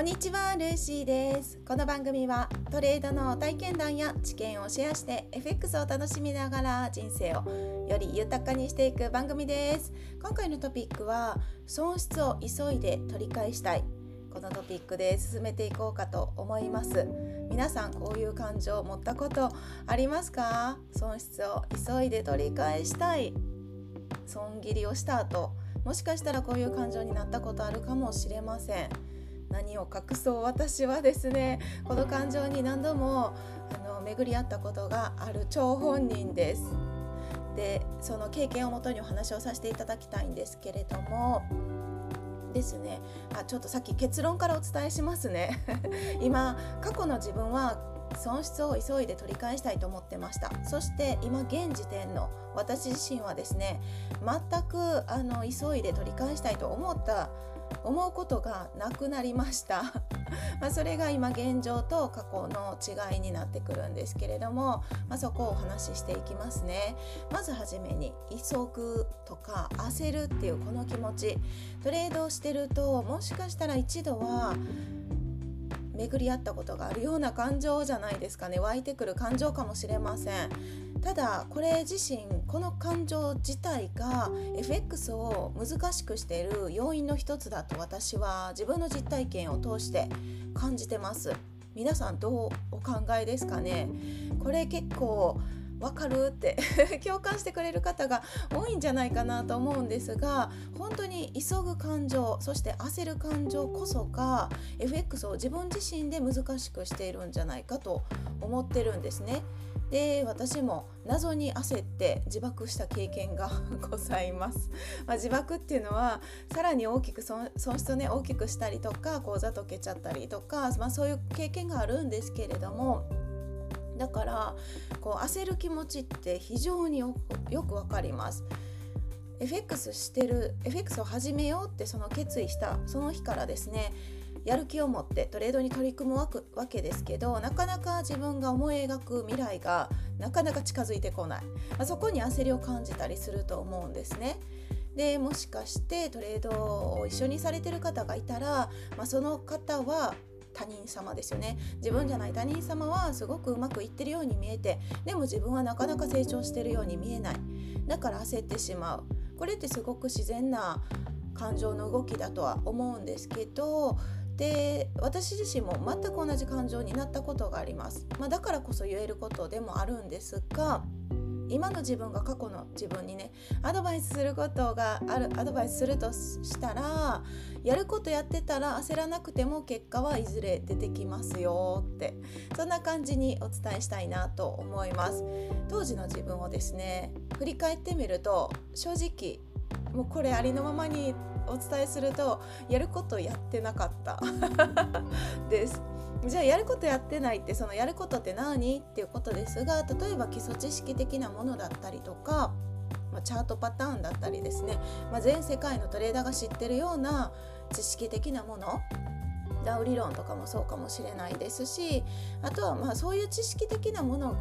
んにちは、ルーシーです。この番組はトレードの体験談や知見をシェアして FX を楽しみながら人生をより豊かにしていく番組です。今回のトピックは損失を急いで取り返したい、このトピックで進めていこうかと思います。皆さんこういう感情を持ったことありますか？損失を急いで取り返したい、損切りをした後、もしかしたらこういう感情になったことあるかもしれません。何を隠そう、私はですね、この感情に何度も巡り合ったことがある張本人です。で、その経験をもとにお話をさせていただきたいんですけれどもですね、ちょっとさっき結論からお伝えしますね今、過去の自分は損失を急いで取り返したいと思ってました。そして今現時点の私自身はですね、全く急いで取り返したいと思うことがなくなりましたそれが今現状と過去の違いになってくるんですけれども、そこをお話ししていきますね。まずはじめに、急ぐとか焦るっていうこの気持ち、トレードをしてるともしかしたら一度は巡り合ったことがあるような感情じゃないですかね。湧いてくる感情かもしれません。ただこれ自身、この感情自体が FX を難しくしている要因の一つだと私は自分の実体験を通して感じてます。皆さんどうお考えですかね？これ結構わかるって共感してくれる方が多いんじゃないかなと思うんですが、本当に急ぐ感情、そして焦る感情こそが FX を自分自身で難しくしているんじゃないかと思ってるんですね。で、私も謎に焦って自爆した経験がございます。自爆っていうのはさらに大きく損失をね、大きくしたりとか、口座溶けちゃったりとか、そういう経験があるんですけれども、だから焦る気持ちって非常によくわかります。FX を始めようって決意したその日からですね、やる気を持ってトレードに取り組むわけですけど、なかなか自分が思い描く未来がなかなか近づいてこない、そこに焦りを感じたりすると思うんですね。で、もしかしてトレードを一緒にされてる方がいたら、その方は他人様ですよね。自分じゃない他人様はすごくうまくいってるように見えて、でも自分はなかなか成長してるように見えない。だから焦ってしまう。これってすごく自然な感情の動きだとは思うんですけど、で、私自身も全く同じ感情になったことがあります。だからこそ言えることでもあるんですが、今の自分が過去の自分にね、アドバイスするとしたら、やることやってたら焦らなくても結果はいずれ出てきますよって、そんな感じにお伝えしたいなと思います。当時の自分をですね、振り返ってみると、正直もうこれありのままにお伝えすると、やることやってなかったです。じゃあやることやってないって、そのやることって何っていうことですが、例えば基礎知識的なものだったりとか、チャートパターンだったりですね、全世界のトレーダーが知ってるような知識的なもの、ダウ理論とかもそうかもしれないですし、あとはそういう知識的なもの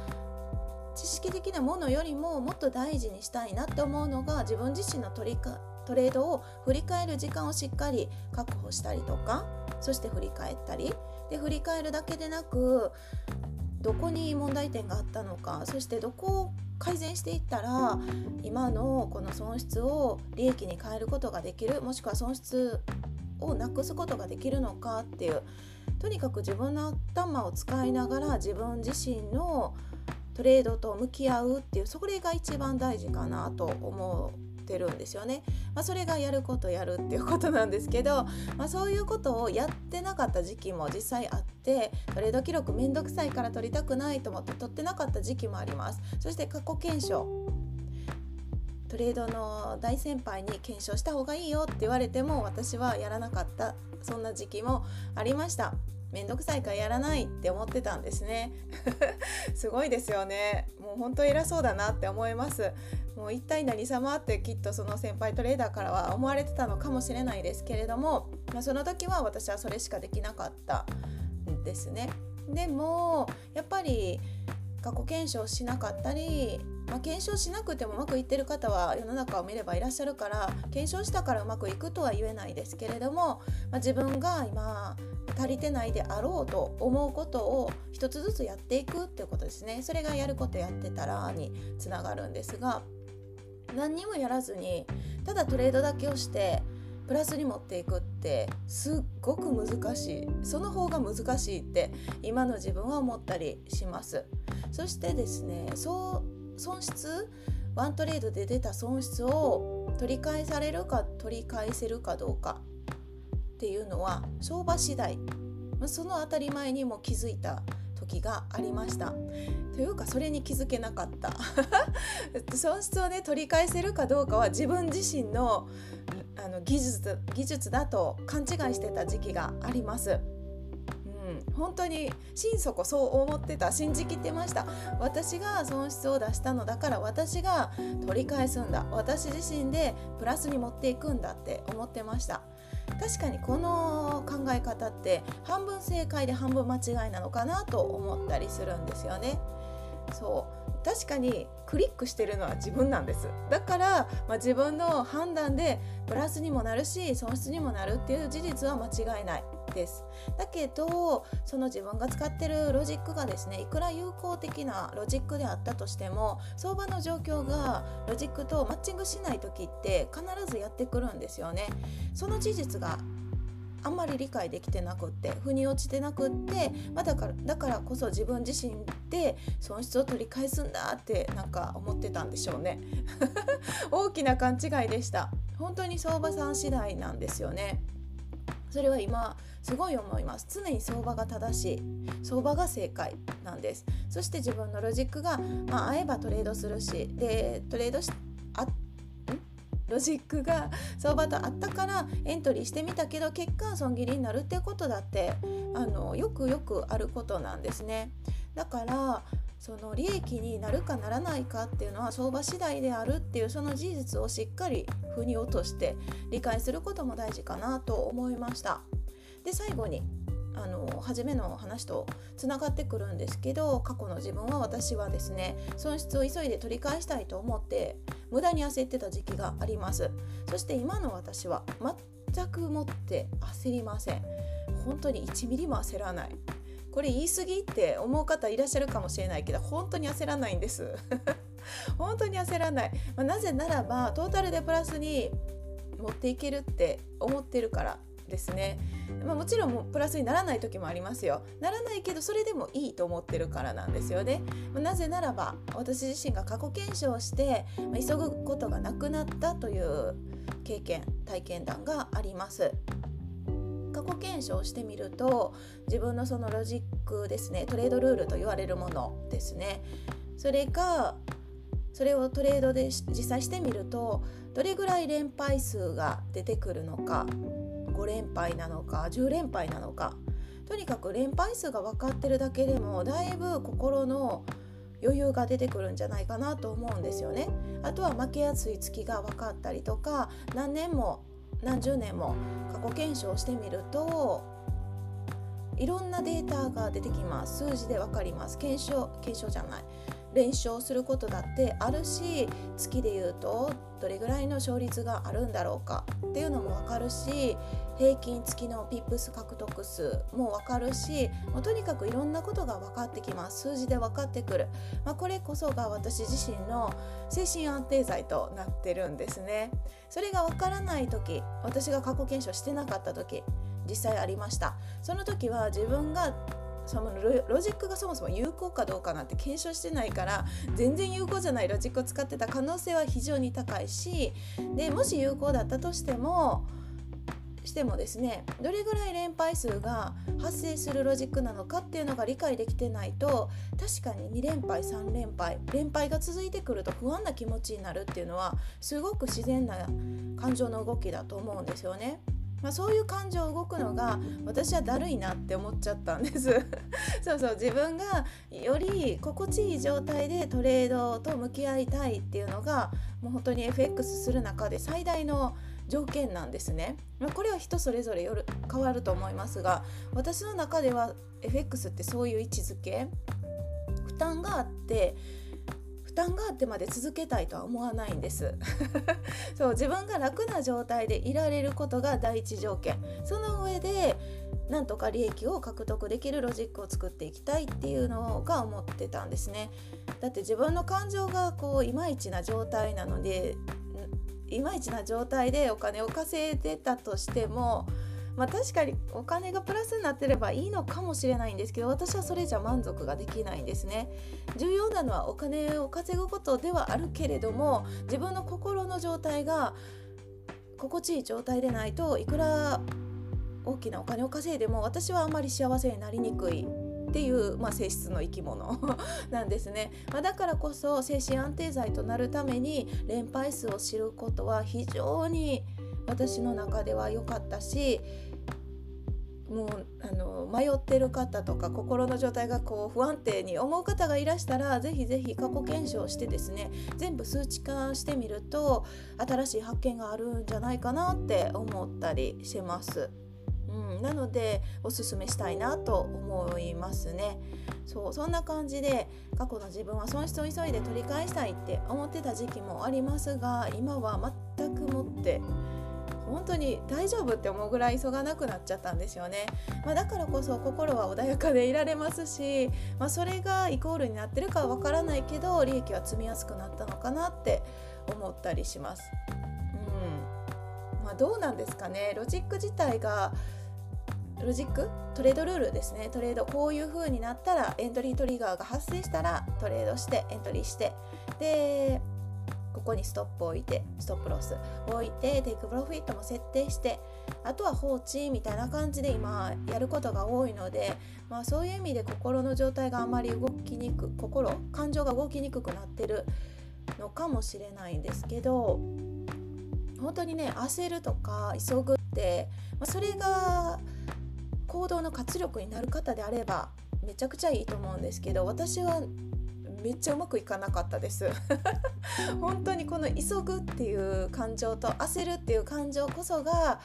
よりももっと大事にしたいなって思うのが、自分自身のトレードを振り返る時間をしっかり確保したりとか、そして振り返ったりで、振り返るだけでなく、どこに問題点があったのか、そしてどこを改善していったら今のこの損失を利益に変えることができる、もしくは損失をなくすことができるのかっていう、とにかく自分の頭を使いながら自分自身のトレードと向き合うっていう、それが一番大事かなと思ってるんですよね。それがやることやるっていうことなんですけど、そういうことをやってなかった時期も実際あって、トレード記録めんどくさいから取りたくないと思って取ってなかった時期もあります。そして過去検証、トレードの大先輩に検証した方がいいよって言われても私はやらなかった、そんな時期もありました。めんどくさいからやらないって思ってたんですねすごいですよね。もう本当偉そうだなって思います。もう一体何様ってきっとその先輩トレーダーからは思われてたのかもしれないですけれども、その時は私はそれしかできなかったんですね。でもやっぱり過去検証しなかったり、 検証しなくてもうまくいってる方は世の中を見ればいらっしゃるから、検証したからうまくいくとは言えないですけれども、自分が今足りてないであろうと思うことを一つずつやっていくっていうことですね。それがやることやってたらにつながるんですが、何にもやらずにただトレードだけをしてプラスに持っていくってすっごく難しい。その方が難しいって今の自分は思ったりします。そしてですね、損失、ワントレードで出た損失を取り返されるか取り返せるかどうかっていうのは相場次第、その当たり前にも気づいた時がありました。というかそれに気づけなかった損失をね取り返せるかどうかは自分自身の技術だと勘違いしてた時期があります。本当に心底そう思ってた、信じきってました。私が損失を出したのだから私が取り返すんだ、私自身でプラスに持っていくんだって思ってました。確かにこの考え方って半分正解で半分間違いなのかなと思ったりするんですよね。そう確かにクリックしてるのは自分なんです。だから、自分の判断でプラスにもなるし損失にもなるっていう事実は間違いないです。だけどその自分が使ってるロジックがですね、いくら有効的なロジックであったとしても相場の状況がロジックとマッチングしない時って必ずやってくるんですよね。その事実があんまり理解できてなくって、腑に落ちてなくって、だからこそ自分自身で損失を取り返すんだって思ってたんでしょうね大きな勘違いでした。本当に相場さん次第なんですよね。それは今すごい思います。常に相場が正しい、相場が正解なんです。そして自分のロジックが、合えばトレードするし、でトレードロジックが相場とあったからエントリーしてみたけど結果損切りになるっていうことだってよくあることなんですね。だからその利益になるかならないかっていうのは相場次第であるっていうその事実をしっかり腑に落として理解することも大事かなと思いました。で最後に初めの話とつながってくるんですけど、過去の自分は私はですね、損失を急いで取り返したいと思って無駄に焦ってた時期があります。そして今の私は全くもって焦りません。本当に1ミリも焦らない。これ言い過ぎって思う方いらっしゃるかもしれないけど本当に焦らないんです本当に焦らない、なぜならばトータルでプラスに持っていけるって思ってるからですね。もちろんプラスにならない時もありますよ。ならないけどそれでもいいと思ってるからなんですよね。なぜならば私自身が過去検証して急ぐことがなくなったという体験談があります。過去検証してみると自分のそのロジックですね、トレードルールと言われるものですね、それをトレードで実際してみるとどれぐらい連敗数が出てくるのか、5連敗なのか10連敗なのか、とにかく連敗数が分かってるだけでもだいぶ心の余裕が出てくるんじゃないかなと思うんですよね。あとは負けやすい月が分かったりとか、何年も何十年も過去検証してみるといろんなデータが出てきます。数字で分かります。検証じゃない、連勝することだってあるし、月でいうとどれぐらいの勝率があるんだろうかっていうのも分かるし、平均月のピップス獲得数も分かるし、とにかくいろんなことが分かってきます。数字で分かってくる、これこそが私自身の精神安定剤となってるんですね。それが分からない時、私が過去検証してなかった時実際ありました。その時は自分がそのロジックがそもそも有効かどうかなんて検証してないから、全然有効じゃないロジックを使ってた可能性は非常に高いし、でもし有効だったとしてもですね、どれぐらい連敗数が発生するロジックなのかっていうのが理解できてないと、確かに2連敗3連敗が続いてくると不安な気持ちになるっていうのはすごく自然な感情の動きだと思うんですよね。そういう感情動くのが私はだるいなって思っちゃったんですそう自分がより心地いい状態でトレードと向き合いたいっていうのがもう本当に FX する中で最大の条件なんですね。これは人それぞれ変わると思いますが、私の中では FX ってそういう位置づけ、負担があって負担があってまで続けたいとは思わないんですそう自分が楽な状態でいられることが第一条件。その上でなんとか利益を獲得できるロジックを作っていきたいっていうのが思ってたんですね。だって自分の感情がいまいちな状態なので、いまいちな状態でお金を稼いでたとしても、確かにお金がプラスになってればいいのかもしれないんですけど、私はそれじゃ満足ができないんですね。重要なのはお金を稼ぐことではあるけれども、自分の心の状態が心地いい状態でないといくら大きなお金を稼いでも私はあまり幸せになりにくいっていう、性質の生き物なんですね。だからこそ精神安定剤となるために連敗数を知ることは非常に私の中では良かったし、もう迷ってる方とか心の状態が不安定に思う方がいらしたら、ぜひぜひ過去検証してですね、全部数値化してみると新しい発見があるんじゃないかなって思ったりします。なのでおすすめしたいなと思いますね。そんな感じで過去の自分は損失を急いで取り返したいって思ってた時期もありますが、今は全くもって本当に大丈夫って思うぐらい急がなくなっちゃったんですよね。だからこそ心は穏やかでいられますし、それがイコールになってるかはわからないけど、利益は積みやすくなったのかなって思ったりします。どうなんですかね。ロジック自体がロジックトレードルールですね。トレードこういう風になったら、エントリートリガーが発生したらトレードしてエントリーして、でここにストップを置いて、ストップロスを置いて、テイクプロフィットも設定して、あとは放置みたいな感じで今やることが多いので、そういう意味で心の状態があまり感情が動きにくくなってるのかもしれないんですけど、本当にね、焦るとか急ぐって、それが行動の活力になる方であればめちゃくちゃいいと思うんですけど、私はめっちゃうまくいかなかったです本当にこの急ぐっていう感情と焦るっていう感情こそが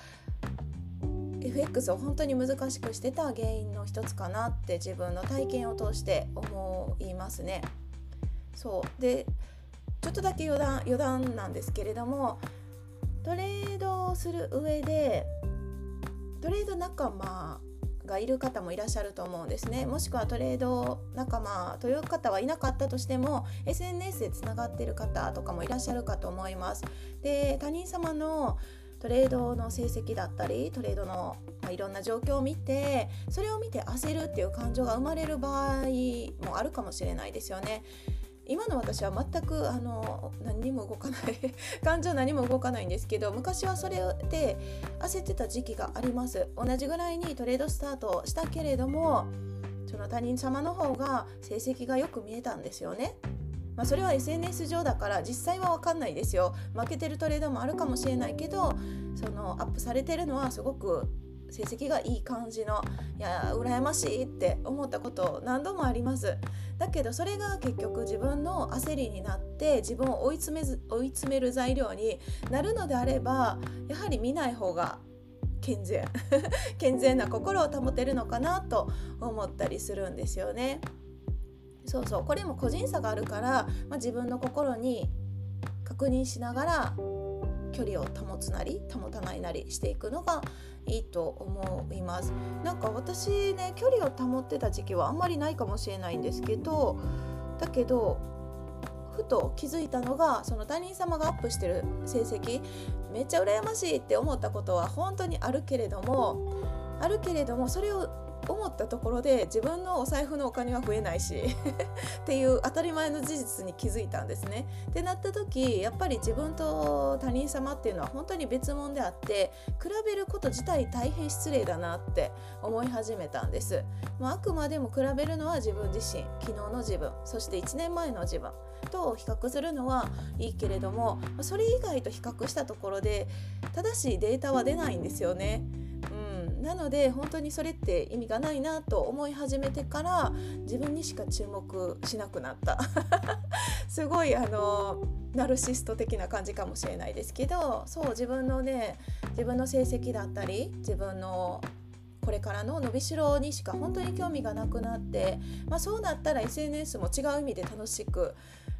FX を本当に難しくしてた原因の一つかなって自分の体験を通して思いますね。でちょっとだけ余談なんですけれども、トレードをする上でトレード仲間がいる方もいらっしゃると思うんですね。もしくはトレード仲間という方はいなかったとしても SNS でつながっている方とかもいらっしゃるかと思います。で、他人様のトレードの成績だったりトレードのいろんな状況を見て、それを見て焦るっていう感情が生まれる場合もあるかもしれないですよね。今の私は全く何にも動かない感情何も動かないんですけど、昔はそれで焦ってた時期があります。同じぐらいにトレードスタートしたけれども、その他人様の方が成績がよく見えたんですよね。それは SNS 上だから実際は分かんないですよ。負けてるトレードもあるかもしれないけど、そのアップされてるのはすごく成績がいい感じの、いや羨ましいって思ったこと何度もあります。だけどそれが結局自分の焦りになって自分を追い詰める材料になるのであれば、やはり見ない方が健全な心を保てるのかなと思ったりするんですよね。これも個人差があるから、自分の心に確認しながら距離を保つなり保たないなりしていくのがいいと思います。私ね、距離を保ってた時期はあんまりないかもしれないんですけど、だけどふと気づいたのが、その他人様がアップしてる成績めっちゃ羨ましいって思ったことは本当にあるけれども、それを思ったところで自分のお財布のお金は増えないしっていう当たり前の事実に気づいたんですね。ってなった時、やっぱり自分と他人様っていうのは本当に別物であって、比べること自体大変失礼だなって思い始めたんです。あくまでも比べるのは自分自身、昨日の自分、そして1年前の自分と比較するのはいいけれども、それ以外と比較したところで正しいデータは出ないんですよね。なので本当にそれって意味がないなと思い始めてから、自分にしか注目しなくなったすごいナルシスト的な感じかもしれないですけど、自分の成績だったり自分のこれからの伸びしろにしか本当に興味がなくなって、そうなったら SNS も違う意味で楽しく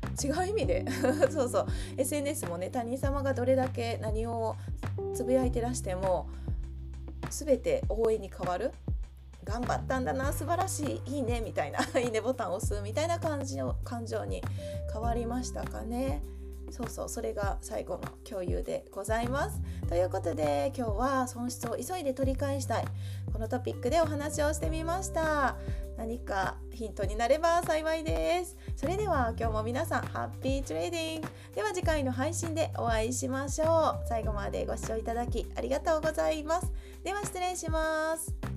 違う意味でそうそう、 SNS もね、他人様がどれだけ何をつぶやいてらしても全て応援に変わる。頑張ったんだな、素晴らしい、いいねみたいないいねボタンを押すみたいな感情に変わりましたかね。そうそう、それが最後の共有でございます。ということで今日は損失を急いで取り返したい、このトピックでお話をしてみました。何かヒントになれば幸いです。それでは今日も皆さんハッピートレーディングでは、次回の配信でお会いしましょう。最後までご視聴いただきありがとうございます。では失礼します。